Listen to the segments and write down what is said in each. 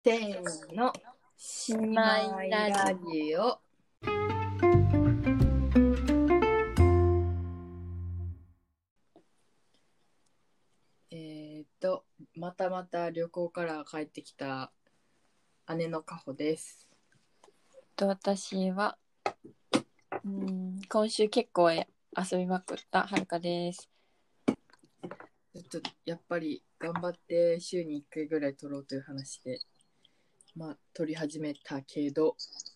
せーの、 姉妹ラジオ。またまた旅行から帰ってきた姉のかほです。 私は、今週結構遊びまくったはるかです。 やっぱり頑張って週に1回ぐらい撮ろうという話で、撮り始めたけど、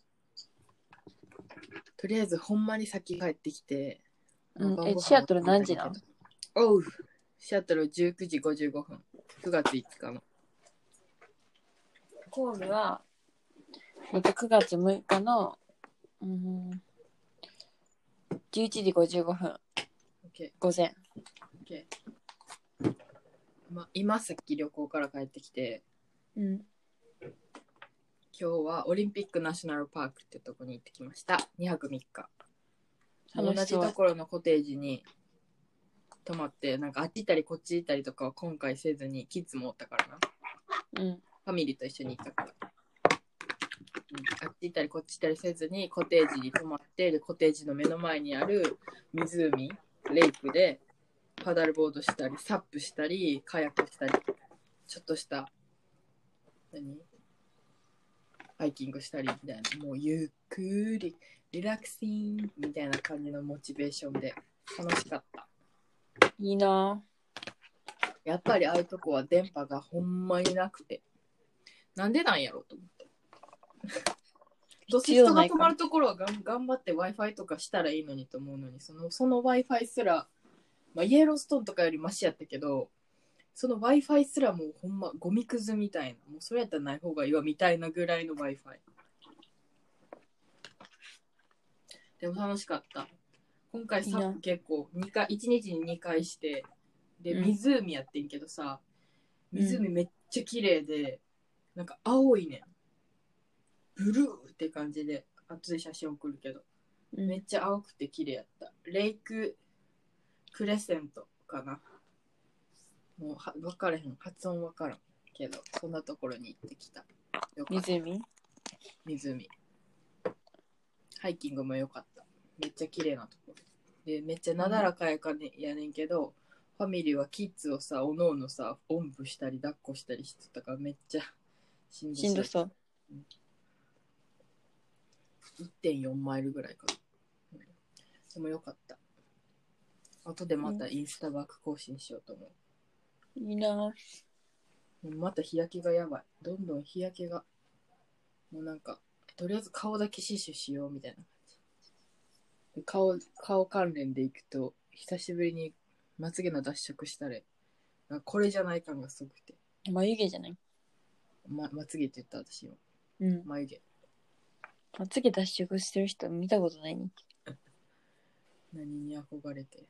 とりあえずほんまに先帰ってきて、 シアトル何時なの？ シアトル19時55分、9月5日の。 神戸は、9月6日の、11時55分、午前。 今さっき旅行から帰ってきて、 今日はオリンピックナショナルパークってとこに行ってきました。2泊3日。同じところのコテージに泊まって、なんかあっち行ったりこっち行ったりとかは今回せずに、キッズもおったからな。ファミリーと一緒に行ったから。あっち行ったりこっち行ったりせずにコテージに泊まって、でコテージの目の前にある湖、レイクでパダルボードしたり、サップしたり、カヤックしたり、ちょっとしたハイキングしたりみたいな、もうゆっくりリラクシングみたいな感じのモチベーションで楽しかった。 いいな。 やっぱりああいうとこは電波がほんまになくて、なんでなんやろうと思って。どうせ人が泊まるところは頑張って Wi-Fi とかしたらいいのにと思うのに、その Wi-Fi すら、イエローストーンとかよりマシやったけど、その Wi-Fi すらもうほんまゴミくずみたいな、もうそれやったらない方がいいわみたいなぐらいの Wi-Fi。でも楽しかった。今回サップ結構1日に2回して、で湖やってんけどさ、湖めっちゃ綺麗で、なんか青いねん。ブルーって感じで熱い写真送るけど、めっちゃ青くて綺麗やった。レイククレセントかな。もう分からへん、発音分からんけど、そんなところに行ってきた。よかった。湖。ハイキングもよかった。めっちゃ綺麗なところで、めっちゃなだらかやねんけど、ファミリーはキッズをさ、おのおのさ、おんぶしたり抱っこしたりしてたから、めっちゃしんどそう。1.4 マイルぐらいかな。でもよかった。後でまたインスタバック更新しようと思う。 いいな。 また日焼けがやばい。どんどん日焼けが。もうなんか、とりあえず顔だけ死守しようみたいな感じ。顔関連でいくと、久しぶりにまつげの脱色したれ。これじゃない感がすごくて。 眉毛じゃない？ まつげって言った私今。眉毛。 まつげ脱色してる人見たことないに。 何に憧れて。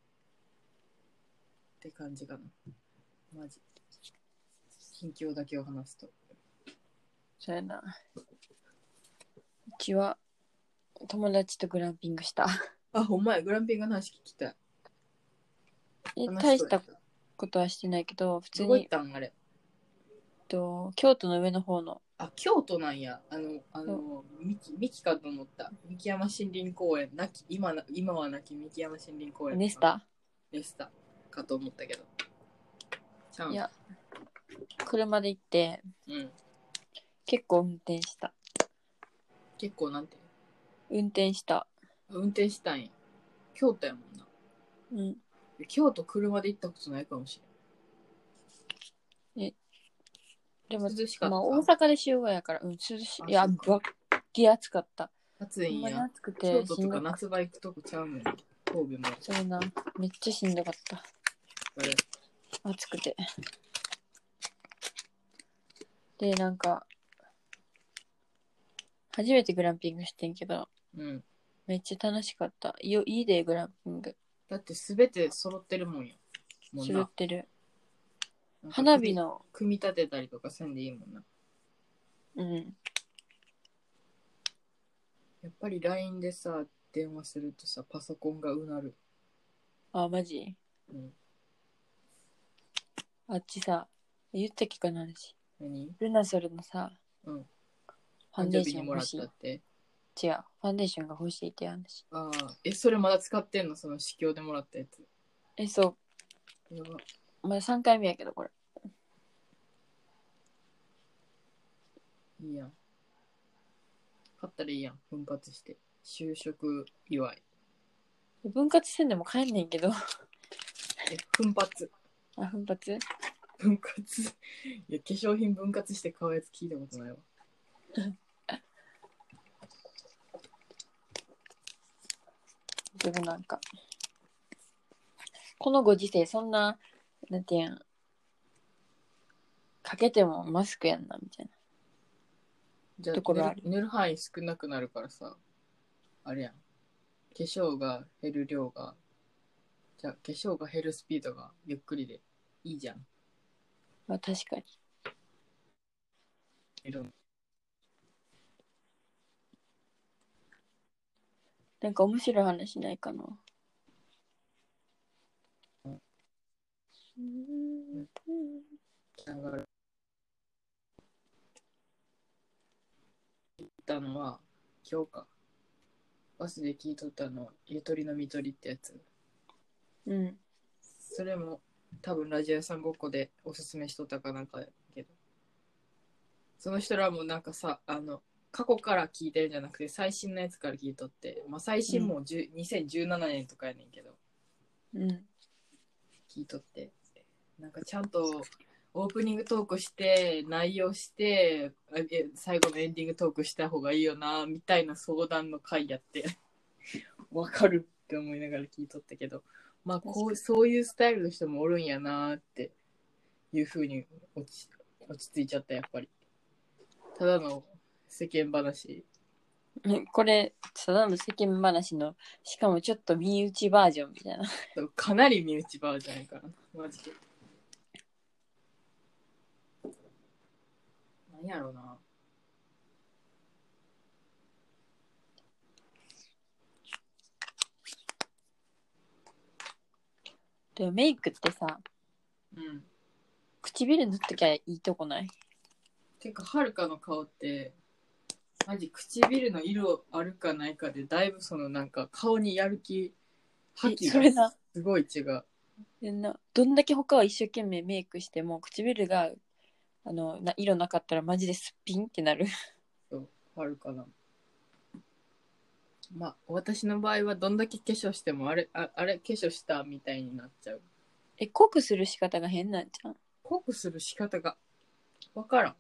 って感じかな。マジ。近況だけを話すと。 そうやな。うちは友達とグランピングした。 あ、ほんまや、グランピングの話聞きたい。 大したことはしてないけど、普通に。 どこ行ったんあれ？ 京都の上の方の。 あ、京都なんや。三木かと思った。三木山森林公園。今はなき三木山森林公園。 ネスタかと思ったけど。 いや、車で行って、結構運転した。 結構なんて？ 運転した。 運転したんや。京都やもんな。京都車で行ったことないかもしれん。 でも涼しかった。 大阪で集合やから、涼しい。いや、バッキ暑かった。 暑いんや。 暑くて京都とか夏場行くとこちゃうもん。神戸も。 そうな。めっちゃしんどかった。暑くて。で、なんか、初めてグランピングしてんけど、めっちゃ楽しかった。いいで、グランピング。 だってすべて揃ってるもんや。 揃ってる。花火の組み立てたりとかせんでいいもんな。やっぱり LINE でさ、電話するとさ、パソコンがうなる。 あ、マジ？あっちさ、言ったっけかな話。 何？ ルナソルのさ、 うん。 ファンデーション欲しい。 誕生日にもらったって。 違う、ファンデーションが欲しいって話。 ああ、それまだ使ってんの？その試供でもらったやつ。 そう。 やば。 まだ3回目やけど、これ。 いいやん。買ったらいいやん。奮発して。就職祝い。 分割せんでも買えんねんけど。 奮発。 あ、奮発分割。いや、化粧品分割して買うやつ聞いたことないわ。 でもなんか、このご時世、そんな、なんていうん、かけてもマスクやんな、みたいな。 じゃあところある。 塗る範囲少なくなるからさ、あれやん。化粧が減る量が、じゃあ化粧が減るスピードがゆっくりでいいじゃん。 まあ確かに。なんか面白い話ないかな。 聞いたのは、今日か。バスで聞いとったのは、ゆとりのみとりってやつ。 うん。 それも多分ラジオ屋さんごっこでおすすめしとったかなんかやけど、その人らもなんかさ、過去から聞いてるんじゃなくて最新のやつから聞いとって、まあ、最新も2017年とかやねんけど、 うん。 聞いとって、なんかちゃんとオープニングトークして内容して最後のエンディングトークした方がいいよなみたいな相談の回やってわかるって思いながら聞いとったけど、まあそういうスタイルの人もおるんやなっていう風に落ち着いちゃった。やっぱりただの世間話。 これ、ただの世間話の、しかもちょっと身内バージョンみたいな。 かなり身内バージョンやからな、マジで。何やろうな。 でもメイクってさ、 うん。 唇塗っときゃいいとこない？ てかはるかの顔ってマジ唇の色あるかないかでだいぶそのなんか顔にやる気覇気がすごい違う。 どんだけ他は一生懸命メイクしても唇が色なかったらマジですっぴんってなる。 そうはるかな。まあ私の場合はどんだけ化粧してもあれ化粧したみたいになっちゃう。 濃くする仕方が変なんじゃん。 濃くする仕方がわからん。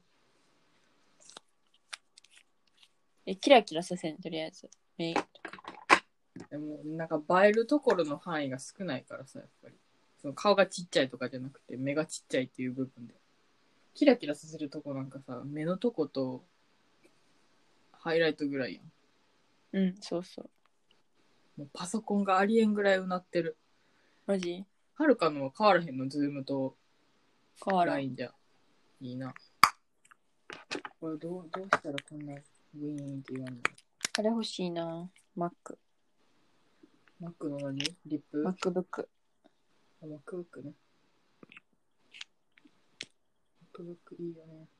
キラキラさせん、とりあえずメイクとか。 でもなんか映えるところの範囲が少ないからさ、やっぱりその顔がちっちゃいとかじゃなくて目がちっちゃいっていう部分でキラキラさせるとこなんかさ、目のとことハイライトぐらいやん。 うん、そうそう。 もうパソコンがありえんぐらいうなってる。 マジはるかのは変わらへんの？ズームと変わらん。 ラインじゃ。いいな。これどうしたらこんなウィーンって言わんの？ あれ欲しいな。Mac。 Mac の何？リップ？ MacBook。 MacBook ね。MacBook いいよね。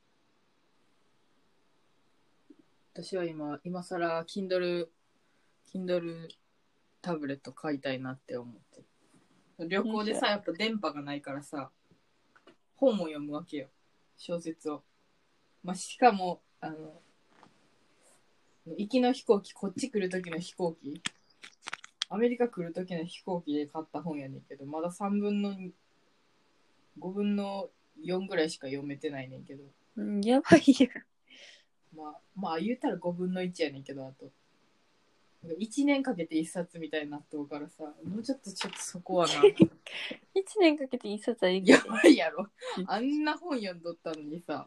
私は今更 Kindle タブレット買いたいなって思ってる。旅行でさ、やっぱ電波がないからさ、本を読むわけよ。小説を。まあ、しかも、行きの飛行機、こっち来る時の飛行機、アメリカ来る時の飛行機で買った本やねんけど、まだ3分の5分の4ぐらいしか読めてないねんけど。 うん、やばいやまあ言うたら5分の1やねんけど、あと。1年かけて1冊みたいになっとうからさ、もうちょっとそこはな。 1年かけて1冊はやばいやろ。あんな本読んどったのにさ。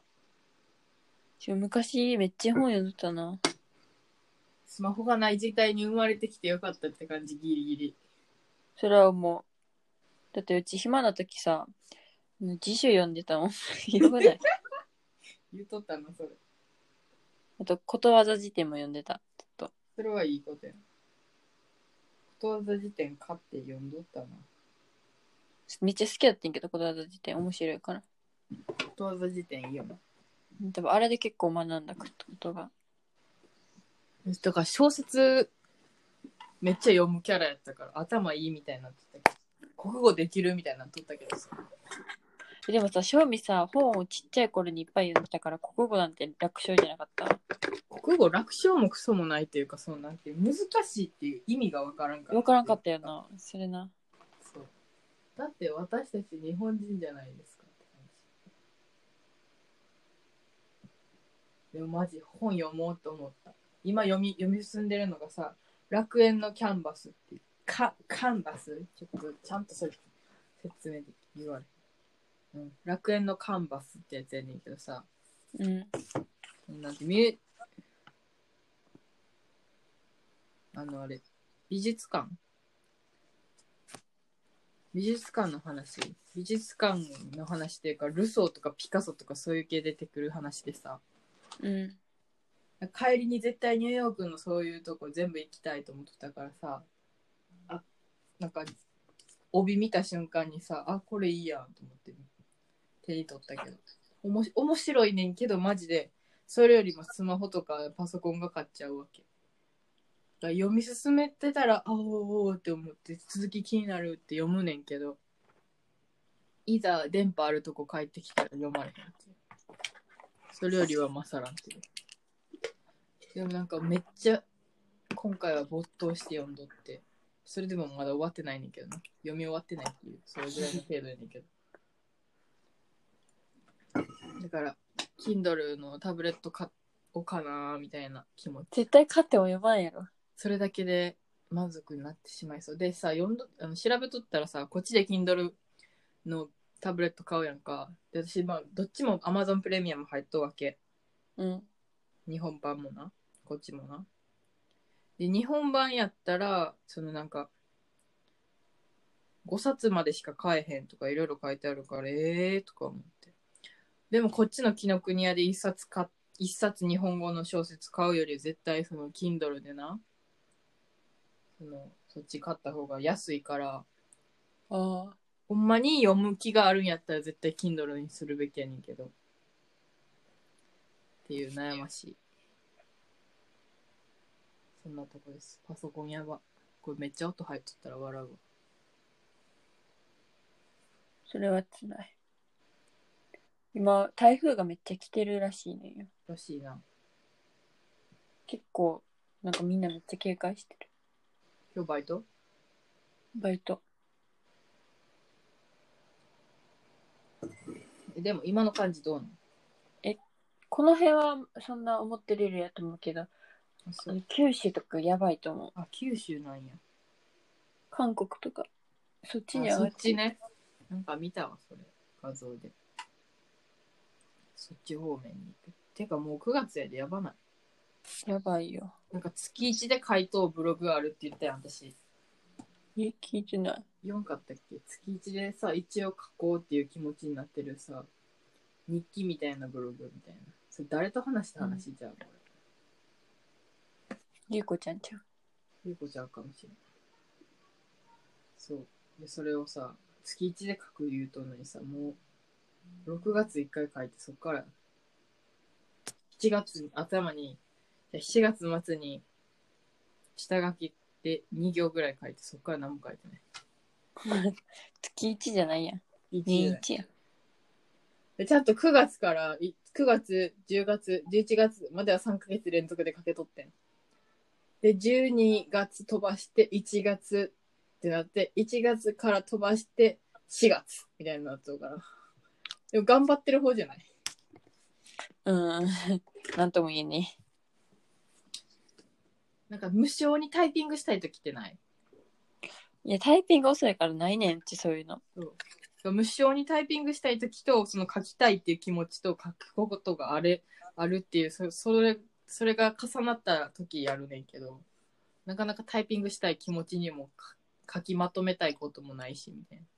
昔めっちゃ本読んでたな。 スマホがない時代に生まれてきてよかったって感じ、ギリギリ。 それは思う。だってうち暇な時さ、辞書読んでたもん。やばない。 言うとったな、それ。 あと、ことわざ辞典も読んでた。ずっと。 それはいいことや。ことわざ辞典買って読んどったな。 めっちゃ好きだったんけど、ことわざ辞典面白いから。 ことわざ辞典いいよな。 多分あれで結構学んだことが。 だから小説めっちゃ読むキャラやったから頭いいみたいになってたけど、国語できるみたいになっとったけどさ。 でもさ、正味さ、本をちっちゃい頃にいっぱい読んでたから国語なんて楽勝じゃなかった？ 国語楽勝もクソもないっていうか、そうなんていう難しいっていう意味がわからんから。 わからんかったよな、それな。 そう。だって私たち日本人じゃないですかって話。でもマジ本読もうと思った。今読み進んでるのがさ、楽園のキャンバスってカンバスちょっとちゃんとそれ説明で言われる。うん、楽園のカンバスってやつやねんけどさ、 うん。 なんてあれ美術館の話、美術館の話っていうか、ルソーとかピカソとかそういう系出てくる話でさ、 うん。 帰りに絶対ニューヨークのそういうとこ全部行きたいと思ってたからさ、なんか帯見た瞬間にさ、これいいやんと思って手に取ったけど、面白いねんけどマジでそれよりもスマホとかパソコンが買っちゃうわけ。だから読み進めてたらおーって思って続き気になるって読むねんけど、いざ電波あるとこ帰ってきたら読まれへんっていう。それよりは勝らんっていう。でもなんかめっちゃ今回は没頭して読んどって、それでもまだ終わってないねんけどな。読み終わってないっていう、それぐらいの程度やねんけど。だから、Kindle のタブレット買おうかなみたいな気持ち。 絶対買っても読まんやろ。 それだけで満足になってしまいそう。でさ、調べとったらさ、こっちで Kindle のタブレット買うやんか。で、私、どっちも Amazon プレミアム入っとるわけ。 うん。 日本版もな、こっちもな。で、日本版やったら、そのなんか、5冊までしか買えへんとかいろいろ書いてあるから、とか思って。でもこっちの紀ノ国屋で一冊日本語の小説買うより絶対その Kindle でな、そっち買った方が安いから、 あほんまに読む気があるんやったら絶対 Kindle にするべきやねんけど。っていう悩ましい。そんなとこです。パソコンやば。これめっちゃ音入っとったら笑うわ。 それはつらい。今、台風がめっちゃ来てるらしいねんよ。 らしいな。 結構、なんかみんなめっちゃ警戒してる。 今日バイト？ バイト。 でも今の感じどうなの？ この辺はそんな思ってるよりやと思うけど、九州とかやばいと思う。 九州なんや。 韓国とか。そっちに上そがって。 っちね。なんか見たわ、それ。画像で。そっち方面に行く。てかもう9月やでやばない。 やばいよ。 なんか月1で回答ブログあるって言ったやん、私。 聞いてない。 言わんかったっけ？月1でさ、一応書こうっていう気持ちになってるさ、日記みたいなブログみたいな。それ誰と話した話じゃん、これ。 ゆうこちゃんちゃう。 ゆうこちゃんかもしれない。そう。で、それをさ、月1で書く言うとんのにさ、もう、6月1回書いて、そっから7月頭に、7月末に下書きで2行ぐらい書いて、そっから何も書いてない。 月1じゃないやん。年1やん。 でちゃんと9月から9月、10月、11月までは3ヶ月連続でかけとってん。で、12月飛ばして1月ってなって、1月から飛ばして4月みたいになっとるから。でも頑張ってる方じゃない？ なんとも言えねなんか無償にタイピングしたいときってない？ いや、タイピング遅いからないねんって、そういうの。 そう。無償にタイピングしたいときと、その書きたいっていう気持ちと書くことがあるっていう、それが重なったときやるねんけど、なかなかタイピングしたい気持ちにも書きまとめたいこともないし、みたいな。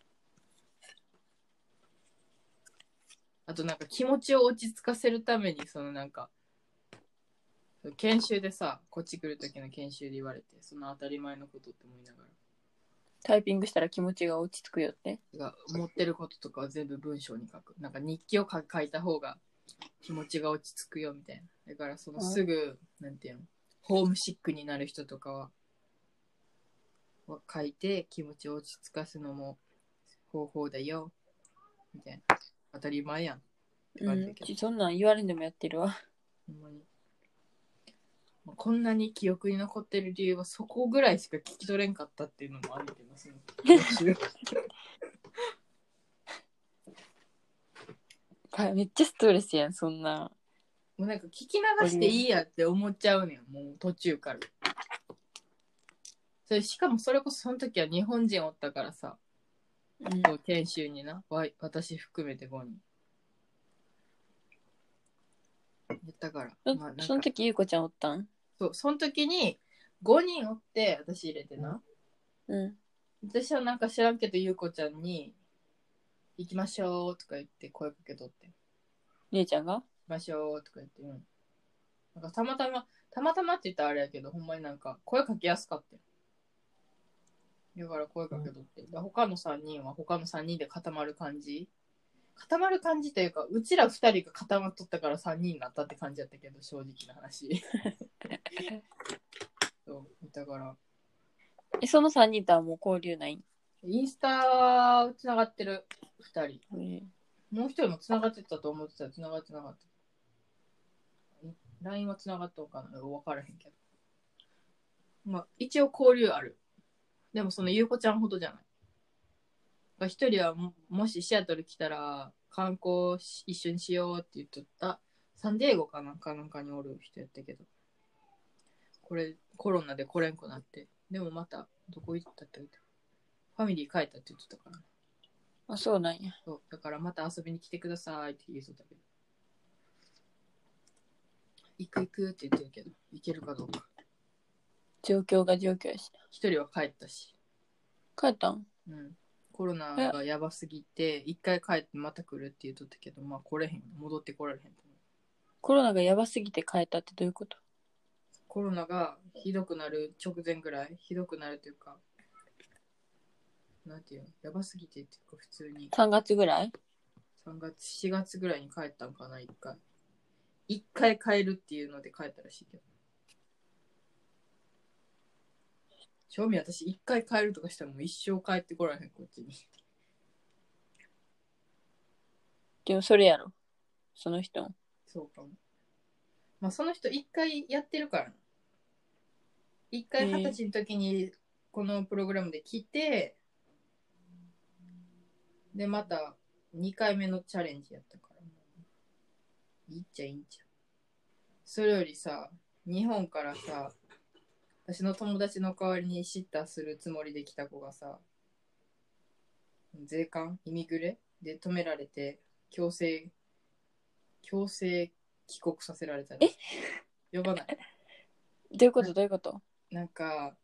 あとなんか気持ちを落ち着かせるために、そのなんか、研修でさ、こっち来る時の研修で言われて、その当たり前のことって思いながら。 タイピングしたら気持ちが落ち着くよって。 が持ってることとかは全部文章に書く。なんか日記を書いた方が気持ちが落ち着くよみたいな。だからそのすぐ、なんていうの、ホームシックになる人とかは書いて気持ちを落ち着かすのも方法だよみたいな。当たり前やんって感じだけど、 そんなん言われんでもやってるわ。 ほんまにこんなに記憶に残ってる理由はそこぐらいしか聞き取れんかったっていうのもあるけど、そのめっちゃストレスやん、そんな。 もうなんか聞き流していいやって思っちゃうねん、もう途中から。しかもそれこそその時は日本人おったからさ、研修にな、私含めて5人やったから。 その時ゆうこちゃんおったん？ そう、その時に5人おって私入れてな。私はなんか知らんけどゆうこちゃんに行きましょうとか言って声かけとって。 姉ちゃんが？ 行きましょうとか言って、なんかたまたまって言ったらあれやけど、ほんまになんか声かけやすかったよ。だから声かけとって。他の3人は他の3人で固まる感じというか、うちら2人が固まっとったから3人になったって感じやったけど、正直な話。そう、だから。 その3人とはもう交流ない？ インスタつながってる2人。もう1人もつながってたと思ってたらつながってなかった。LINE はつながったのかな、分からへんけど。まあ、一応交流ある。でもそのゆうこちゃんほどじゃない。一人は もしシアトル来たら観光一緒にしようって言っとった。サンディエゴかなんかにおる人やったけど。これコロナで来れんくなって。でもまたどこ行ったって言った。ファミリー帰ったって言ってたから。 あ、そうなんや。 そう。だからまた遊びに来てくださいって言うとったけど。行くって言ってるけど、行けるかどうか。 状況が状況やし。 一人は帰ったし。 帰ったん？ コロナがやばすぎて、一回帰ってまた来るって言うとったけど、まあ来れへん。戻ってこられへんと思う。 コロナがやばすぎて帰ったってどういうこと？ コロナがひどくなる直前ぐらい、ひどくなるというか、なんていうの、やばすぎてっていうか普通に。 3月ぐらい？ 3月、4月ぐらいに帰ったんかな、一回。一回帰るっていうので帰ったらしいけど。正味私一回帰るとかしたらもう一生帰ってこられへん、こっちに。 でもそれやろ。その人。 そうかも。まあその人一回やってるからな。一回20歳の時にこのプログラムで来て、でまた2回目のチャレンジやったから。いいっちゃいいんちゃう。それよりさ、日本からさ、私の友達の代わりにシッターするつもりで来た子がさ、税関イミグレで止められて強制帰国させられたら。呼ばない？ どういうことなんか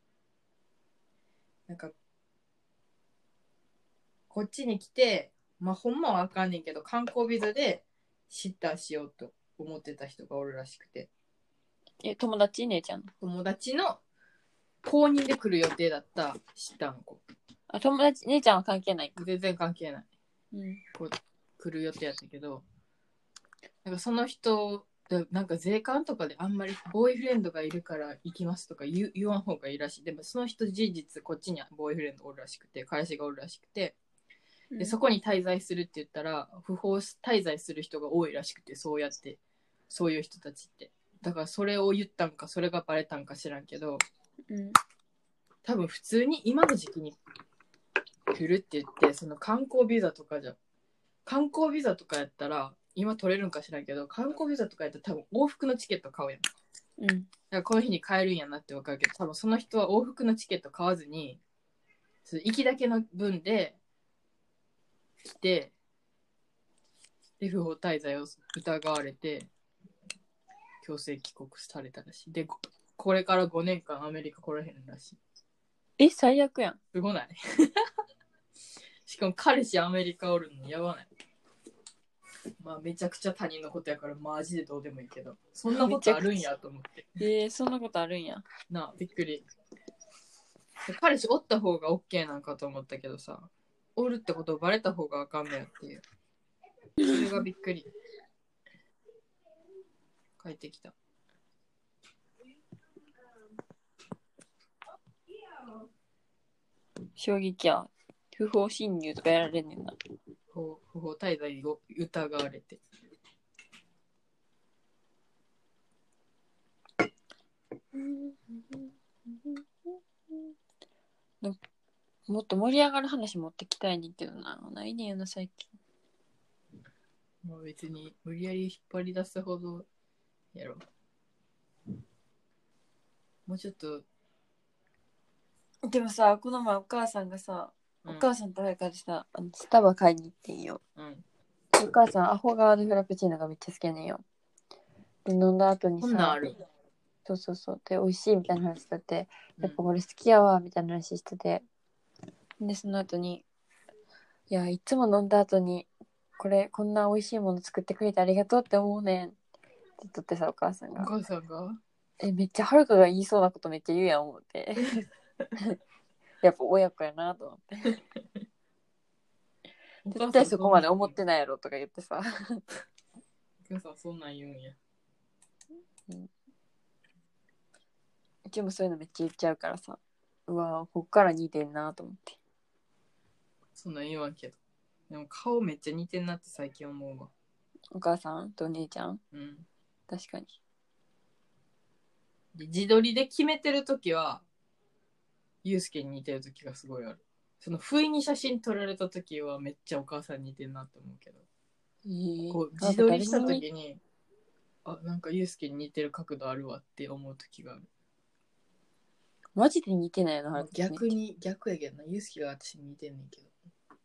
こっちに来て、まあほんまはあかんねんけど観光ビザでシッターしようと思ってた人がおるらしくて。 友達？姉ちゃんの友達の公認で来る予定だったシッターの子。 あ、友達、姉ちゃんは関係ないか。 全然関係ない。こう来る予定やったけど、なんかその人なんか税関とかであんまりボーイフレンドがいるから行きますとか言わん方がいいらしい。でもその人事実こっちにはボーイフレンドおるらしくて、彼氏がおるらしくて、でそこに滞在するって言ったら不法滞在する人が多いらしくて、そうやってそういう人たちって。だからそれを言ったんかそれがバレたんか知らんけど、多分普通に今の時期に来るって言って、その観光ビザとかやったら今取れるんか知らんけど、観光ビザとかやったら多分往復のチケット買うやん。だからこの日に帰るんやなって分かるけど、多分その人は往復のチケット買わずに行きだけの分で来て、で不法滞在を疑われて強制帰国されたらしい。でこれから5年間アメリカ来らへんらしい。 最悪やん。 すごない？しかも彼氏アメリカおるのやばない？まあめちゃくちゃ他人のことやからマジでどうでもいいけど、そんなことあるんやと思って。 そんなことあるんや。 なあ、びっくり。彼氏おった方が OK なんかと思ったけどさ、おるってことをバレた方があかんのやっていう。それがびっくり。 帰ってきた。 衝撃や。不法侵入とかやられんねんな。 不法滞在を疑われて。 もっと盛り上がる話持ってきたいねんけどな。ないねんよな、最近。 まあ別に無理やり引っ張り出すほどやろ。もうちょっと。 でもさ、この前お母さんがさ、 うん、 お母さんと早川でさ、スタバ買いに行ってんよ。 うん。 お母さん、アホガードフラペチーノがめっちゃ好きやねんよ。で、飲んだ後にさ、 こんなんある。 そうそうそう。で、美味しいみたいな話してて、やっぱこれ好きやわ、みたいな話してて。で、その後に、いや、いつも飲んだ後に、こんな美味しいもの作ってくれてありがとうって思うねん。って言っとってさ、お母さんおが。 母さんがめっちゃはるかが言いそうなことめっちゃ言うやん、思って。やっぱ親子やなと思って。絶対そこまで思ってないやろとか言ってさ。 お母さんそんなん言うんや。 うちもそういうのめっちゃ言っちゃうからさ。うわこっから似てんなと思って。 そんなん言わんけど。でも顔めっちゃ似てんなって最近思うわ。 お母さんとお姉ちゃん、 うん。 確かに。 で自撮りで決めてるときは、ゆうすけに似てるときがすごいある。その不意に写真撮られたときはめっちゃお母さんに似てんなって思うけど。こう自撮りしたときに、あ、なんかゆうすけに似てる角度あるわって思うときがある。 マジで似てないの、 まあ、逆やけどな。ゆうすけが私に似てんねんけど。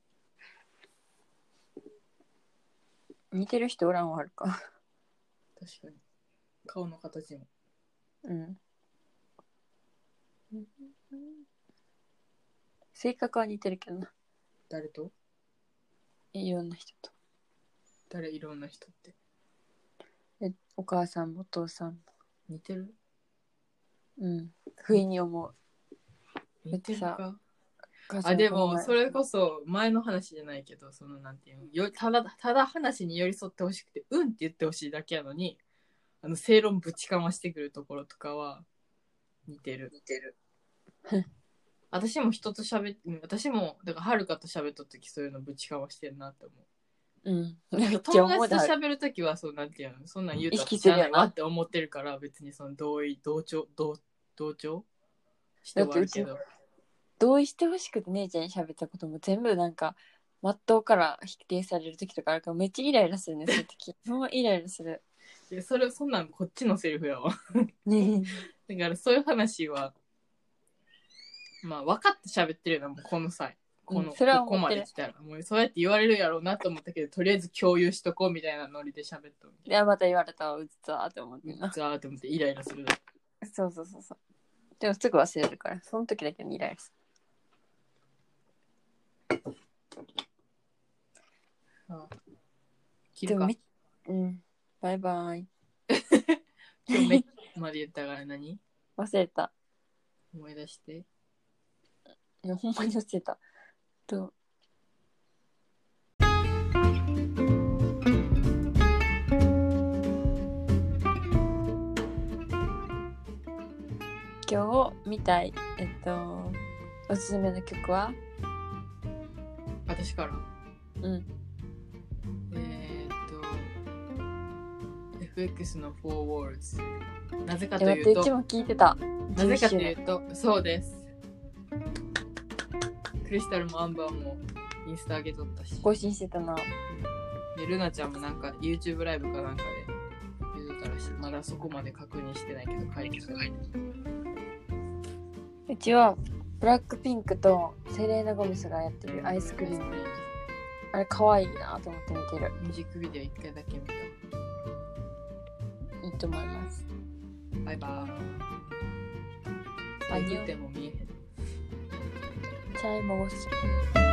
似てる人おらんわ、はるか。 確かに。顔の形も。 うん。性格は似てるけどな。 誰と？ いろんな人と。 いろんな人って。 お母さんもお父さんも。 似てる？ うん。不意に思う。 似てるか？ あ、 でもそれこそ前の話じゃないけど、そのなんていうの、ただ話に寄り添ってほしくてうんって言ってほしいだけやのに、正論ぶちかましてくるところとかは似てる。私も私もだからはるかと喋った時そういうのぶちかましてんなって思う。 うん。 友達と喋る時はそうなんていうの、そんなん言うたら知らないわって思ってるから、別にその同調してはあるけど。 同意してほしくて姉ちゃんに喋ったことも全部なんか真っ当から否定される時とかあるからめっちゃイライラするね、そういう時。もうイライラする。 いや、そんなんこっちのセリフやわ。 ねだからそういう話は、まあ分かって喋ってるよな、もうこの際。ここまで来たら。もうそうやって言われるやろうなと思ったけど、とりあえず共有しとこうみたいなノリで喋ったの。 いや、また言われたわ、うつわって思ってな。 うつわって思ってイライラする。 そう。でもすぐ忘れるから、その時だけにイライラする。 切るか。 うん。バイバイ。 今日めまで言ったから何？ 忘れた。 思い出して。 いや、ほんまに忘れた。今日見たい、おすすめの曲は？ 私から。 うん。 FX の4 Words。なぜかというと、 うちも聞いてた。 なぜかというと、そうです。クリスタルもアンバーもインスタ上げとったし。 更新してたな。 で、ルナちゃんもなんか YouTube ライブかなんかで言うとったらしい。まだそこまで確認してないけど、書いてた。 うちはブラックピンクとセレーナ・ゴメスがやってるアイスクリーム。あれ可愛いなと思って見てる。 ミュージックビデオ1回だけ見た。 いいと思います。 バイバーイ。 アニョン。 ても見えへん。 チャイモス。